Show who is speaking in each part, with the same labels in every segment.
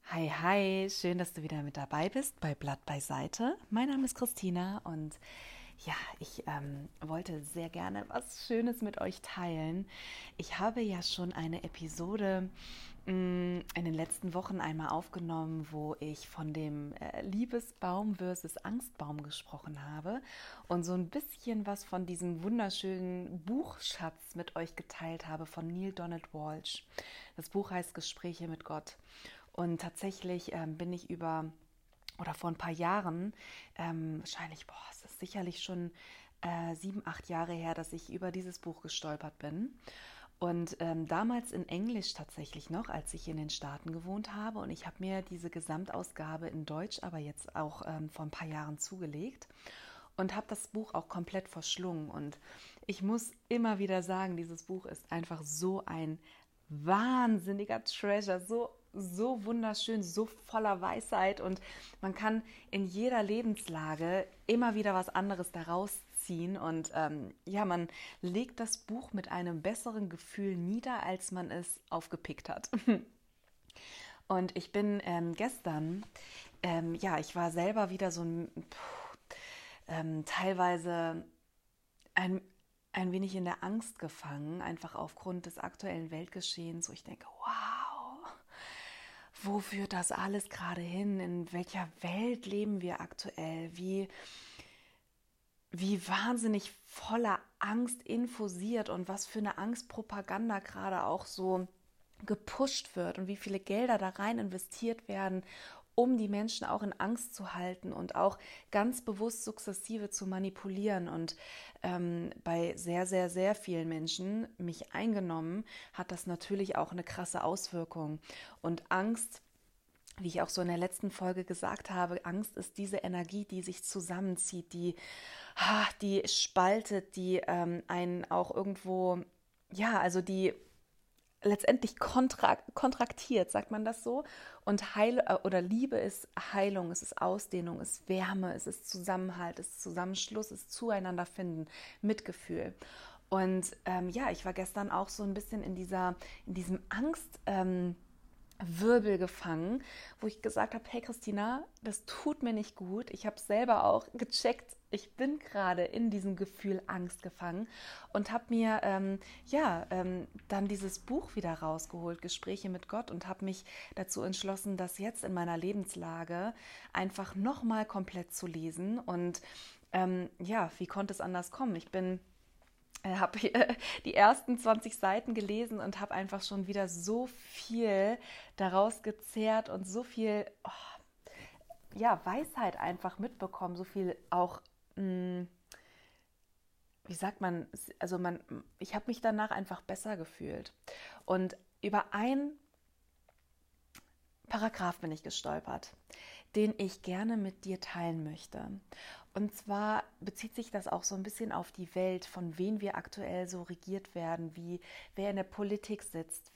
Speaker 1: Hi, hi, schön, dass du wieder mit dabei bist bei Blatt beiseite. Mein Name ist Christina und ja, ich wollte sehr gerne was Schönes mit euch teilen. Ich habe ja schon eine Episode in den letzten Wochen einmal aufgenommen, wo ich von dem Liebesbaum versus Angstbaum gesprochen habe und so ein bisschen was von diesem wunderschönen Buchschatz mit euch geteilt habe von Neale Donald Walsch. Das Buch heißt Gespräche mit Gott. Und tatsächlich bin ich oder vor ein paar Jahren, wahrscheinlich, es ist sicherlich schon 7, 8 Jahre her, dass ich über dieses Buch gestolpert bin. Und damals in Englisch tatsächlich noch, als ich in den Staaten gewohnt habe. Und ich habe mir diese Gesamtausgabe in Deutsch aber jetzt auch vor ein paar Jahren zugelegt und habe das Buch auch komplett verschlungen. Und ich muss immer wieder sagen, dieses Buch ist einfach so ein wahnsinniger Treasure, so wunderschön, so voller Weisheit und man kann in jeder Lebenslage immer wieder was anderes daraus ziehen und ja, man legt das Buch mit einem besseren Gefühl nieder, als man es aufgepickt hat. Und ich bin gestern, ja, ich war selber wieder so teilweise ein, ein wenig in der Angst gefangen, einfach aufgrund des aktuellen Weltgeschehens, wo ich denke, wow, wo führt das alles gerade hin? In welcher Welt leben wir aktuell? Wie wahnsinnig voller Angst infusiert und was für eine Angstpropaganda gerade auch so gepusht wird und wie viele Gelder da rein investiert werden, um die Menschen auch in Angst zu halten und auch ganz bewusst sukzessive zu manipulieren. Und bei sehr, sehr, sehr vielen Menschen, mich eingenommen, hat das natürlich auch eine krasse Auswirkung. Und Angst, wie ich auch so in der letzten Folge gesagt habe, Angst ist diese Energie, die sich zusammenzieht, die spaltet, die einen auch irgendwo, ja, also die letztendlich kontraktiert, sagt man das so? Und oder Liebe ist Heilung, es ist Ausdehnung, es ist Wärme, es ist Zusammenhalt, es ist Zusammenschluss, es ist Zueinander finden, Mitgefühl. Und ja, ich war gestern auch so ein bisschen in diesem Angst. Wirbel gefangen, wo ich gesagt habe, hey Christina, das tut mir nicht gut. Ich habe selber auch gecheckt, ich bin gerade in diesem Gefühl Angst gefangen und habe mir dann dieses Buch wieder rausgeholt, Gespräche mit Gott, und habe mich dazu entschlossen, das jetzt in meiner Lebenslage einfach nochmal komplett zu lesen. Und ja, wie konnte es anders kommen? Ich bin habe die ersten 20 Seiten gelesen und habe einfach schon wieder so viel daraus gezehrt und so viel ja, Weisheit einfach mitbekommen, so viel auch, wie sagt man, ich habe mich danach einfach besser gefühlt. Und über ein Paragraph bin ich gestolpert, den ich gerne mit dir teilen möchte. Und zwar bezieht sich das auch so ein bisschen auf die Welt, von wem wir aktuell so regiert werden, wer in der Politik sitzt,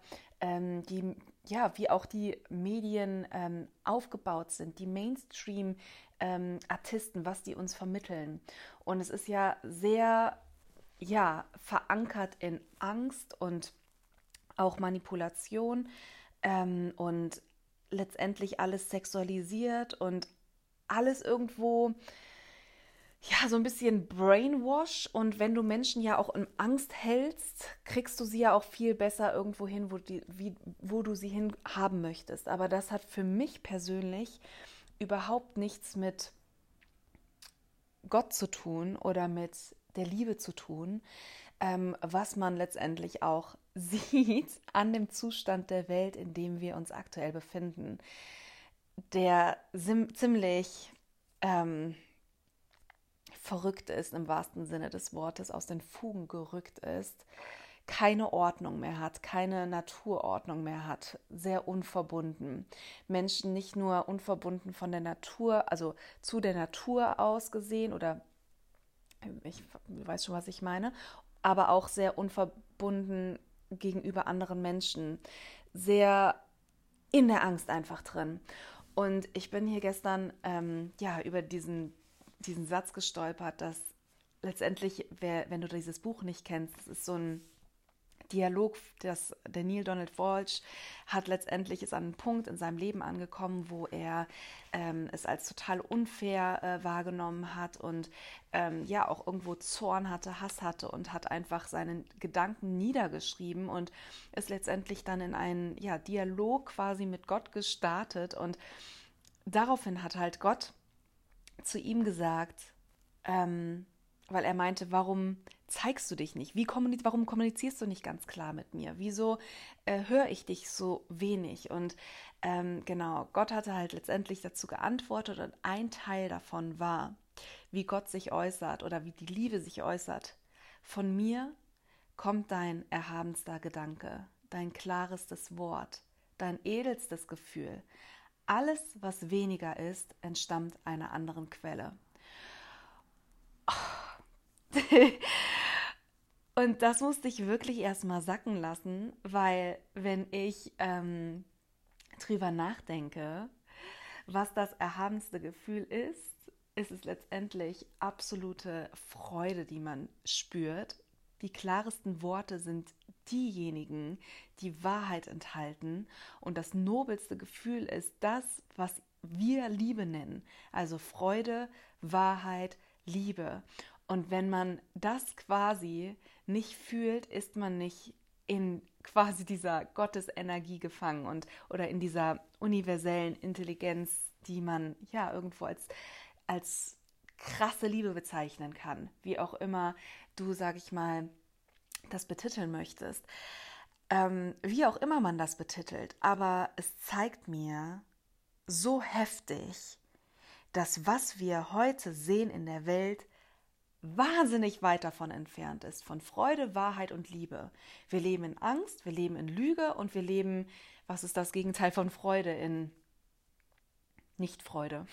Speaker 1: wie auch die Medien aufgebaut sind, die Mainstream-Artisten, was die uns vermitteln. Und es ist ja sehr, ja, verankert in Angst und auch Manipulation und letztendlich alles sexualisiert und alles irgendwo, ja, so ein bisschen Brainwash. Und wenn du Menschen ja auch in Angst hältst, kriegst du sie ja auch viel besser irgendwo hin, wo du sie hin haben möchtest. Aber das hat für mich persönlich überhaupt nichts mit Gott zu tun oder mit der Liebe zu tun, was man letztendlich auch sieht an dem Zustand der Welt, in dem wir uns aktuell befinden, der ziemlich ähm, verrückt ist im wahrsten Sinne des Wortes, aus den Fugen gerückt ist, keine Ordnung mehr hat, keine Naturordnung mehr hat, sehr unverbunden. Menschen nicht nur unverbunden von der Natur, also zu der Natur aus gesehen, oder ich weiß schon, was ich meine, aber auch sehr unverbunden gegenüber anderen Menschen, sehr in der Angst einfach drin. Und ich bin hier gestern ja, über diesen Satz gestolpert, dass letztendlich, wenn du dieses Buch nicht kennst, das ist so ein Dialog, der Neale Donald Walsch ist an einen Punkt in seinem Leben angekommen, wo er es als total unfair wahrgenommen hat und ja auch irgendwo Zorn hatte, Hass hatte und hat einfach seine Gedanken niedergeschrieben und ist letztendlich dann in einen Dialog quasi mit Gott gestartet und daraufhin hat halt Gott zu ihm gesagt, weil er meinte, warum zeigst du dich nicht? Warum kommunizierst du nicht ganz klar mit mir? Wieso höre ich dich so wenig? Und genau, Gott hatte halt letztendlich dazu geantwortet und ein Teil davon war, wie Gott sich äußert oder wie die Liebe sich äußert. Von mir kommt dein erhabenster Gedanke, dein klarestes Wort, dein edelstes Gefühl. Alles, was weniger ist, entstammt einer anderen Quelle. Und das musste ich wirklich erstmal sacken lassen, weil wenn ich drüber nachdenke, was das erhabenste Gefühl ist es letztendlich absolute Freude, die man spürt. Die klaresten Worte sind diejenigen, die Wahrheit enthalten. Und das nobelste Gefühl ist das, was wir Liebe nennen. Also Freude, Wahrheit, Liebe. Und wenn man das quasi nicht fühlt, ist man nicht in quasi dieser Gottesenergie gefangen oder in dieser universellen Intelligenz, die man ja irgendwo als krasse Liebe bezeichnen kann. Wie auch immer du, sag ich mal, das betiteln möchtest. Wie auch immer man das betitelt. Aber es zeigt mir so heftig, dass was wir heute sehen in der Welt wahnsinnig weit davon entfernt ist, von Freude, Wahrheit und Liebe. Wir leben in Angst, wir leben in Lüge und wir leben, was ist das Gegenteil von Freude, in Nicht-Freude.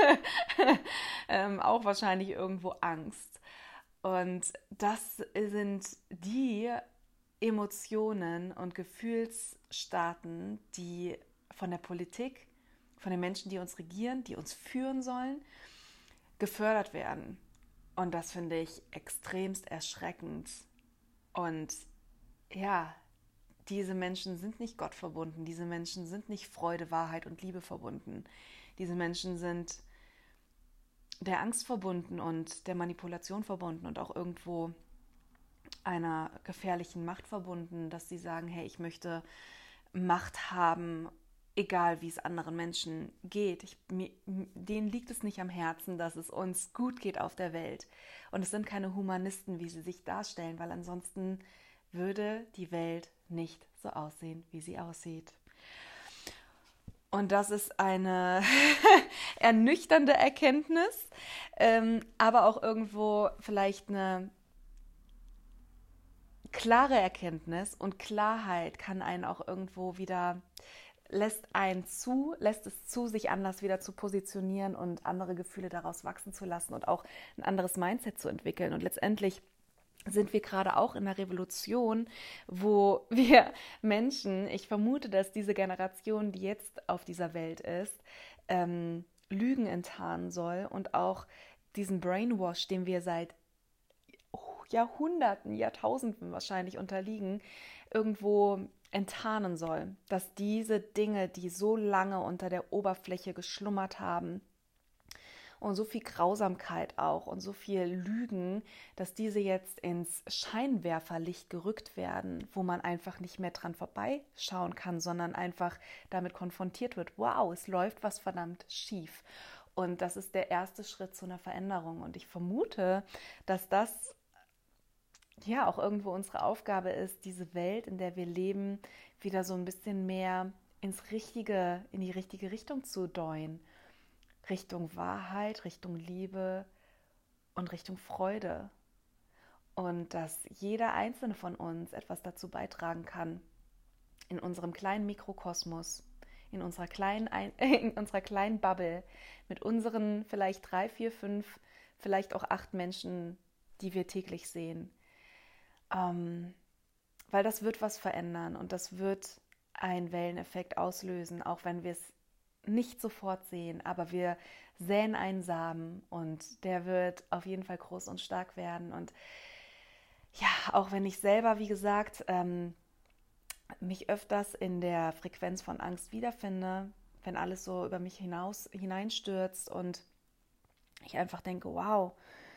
Speaker 1: Auch wahrscheinlich irgendwo Angst. Und das sind die Emotionen und Gefühlsstaaten, die von der Politik, von den Menschen, die uns regieren, die uns führen sollen, gefördert werden. Und das finde ich extremst erschreckend. Und ja, diese Menschen sind nicht Gott verbunden. Diese Menschen sind nicht Freude, Wahrheit und Liebe verbunden. Diese Menschen sind der Angst verbunden und der Manipulation verbunden und auch irgendwo einer gefährlichen Macht verbunden, dass sie sagen, hey, ich möchte Macht haben, egal wie es anderen Menschen geht. Denen liegt es nicht am Herzen, dass es uns gut geht auf der Welt. Und es sind keine Humanisten, wie sie sich darstellen, weil ansonsten würde die Welt nicht so aussehen, wie sie aussieht. Und das ist eine ernüchternde Erkenntnis, aber auch irgendwo vielleicht eine klare Erkenntnis. Und Klarheit kann einen auch irgendwo wieder, lässt es zu, sich anders wieder zu positionieren und andere Gefühle daraus wachsen zu lassen und auch ein anderes Mindset zu entwickeln. Und letztendlich sind wir gerade auch in einer Revolution, wo wir Menschen, ich vermute, dass diese Generation, die jetzt auf dieser Welt ist, Lügen enttarnen soll und auch diesen Brainwash, dem wir seit Jahrhunderten, Jahrtausenden wahrscheinlich unterliegen, irgendwo enttarnen soll. Dass diese Dinge, die so lange unter der Oberfläche geschlummert haben, und so viel Grausamkeit auch und so viel Lügen, dass diese jetzt ins Scheinwerferlicht gerückt werden, wo man einfach nicht mehr dran vorbeischauen kann, sondern einfach damit konfrontiert wird, wow, es läuft was verdammt schief. Und das ist der erste Schritt zu einer Veränderung. Und ich vermute, dass das ja auch irgendwo unsere Aufgabe ist, diese Welt, in der wir leben, wieder so ein bisschen mehr in die richtige Richtung zu deuten. Richtung Wahrheit, Richtung Liebe und Richtung Freude. Und dass jeder einzelne von uns etwas dazu beitragen kann, in unserem kleinen Mikrokosmos, in unserer kleinen Bubble, mit unseren vielleicht 3, 4, 5, vielleicht auch 8 Menschen, die wir täglich sehen. Weil das wird was verändern und das wird einen Welleneffekt auslösen, auch wenn wir es nicht sofort sehen, aber wir säen einen Samen und der wird auf jeden Fall groß und stark werden. Und ja, auch wenn ich selber, wie gesagt, mich öfters in der Frequenz von Angst wiederfinde, wenn alles so über mich hineinstürzt und ich einfach denke, wow,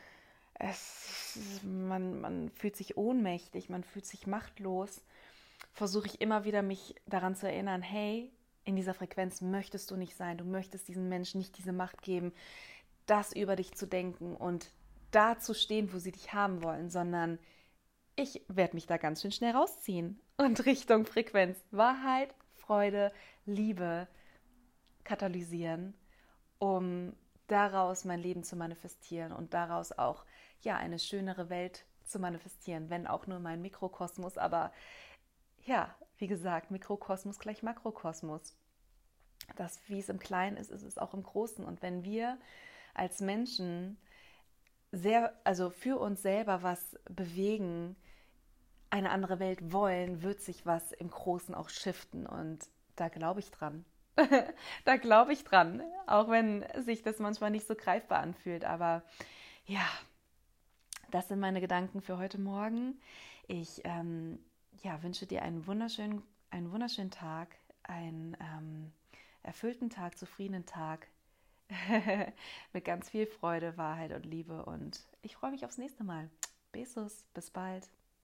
Speaker 1: man fühlt sich ohnmächtig, man fühlt sich machtlos, versuche ich immer wieder mich daran zu erinnern, hey, in dieser Frequenz möchtest du nicht sein, du möchtest diesen Menschen nicht diese Macht geben, das über dich zu denken und da zu stehen, wo sie dich haben wollen, sondern ich werde mich da ganz schön schnell rausziehen und Richtung Frequenz Wahrheit, Freude, Liebe katalysieren, um daraus mein Leben zu manifestieren und daraus auch ja eine schönere Welt zu manifestieren, wenn auch nur mein Mikrokosmos, aber ja, wie gesagt, Mikrokosmos gleich Makrokosmos. Das, wie es im Kleinen ist, ist es auch im Großen. Und wenn wir als Menschen also für uns selber was bewegen, eine andere Welt wollen, wird sich was im Großen auch shiften. Und da glaube ich dran. Da glaube ich dran, auch wenn sich das manchmal nicht so greifbar anfühlt. Aber ja, das sind meine Gedanken für heute Morgen. Ich ja, wünsche dir einen wunderschönen Tag, einen erfüllten Tag, zufriedenen Tag mit ganz viel Freude, Wahrheit und Liebe. Und ich freue mich aufs nächste Mal. Besos, bis bald.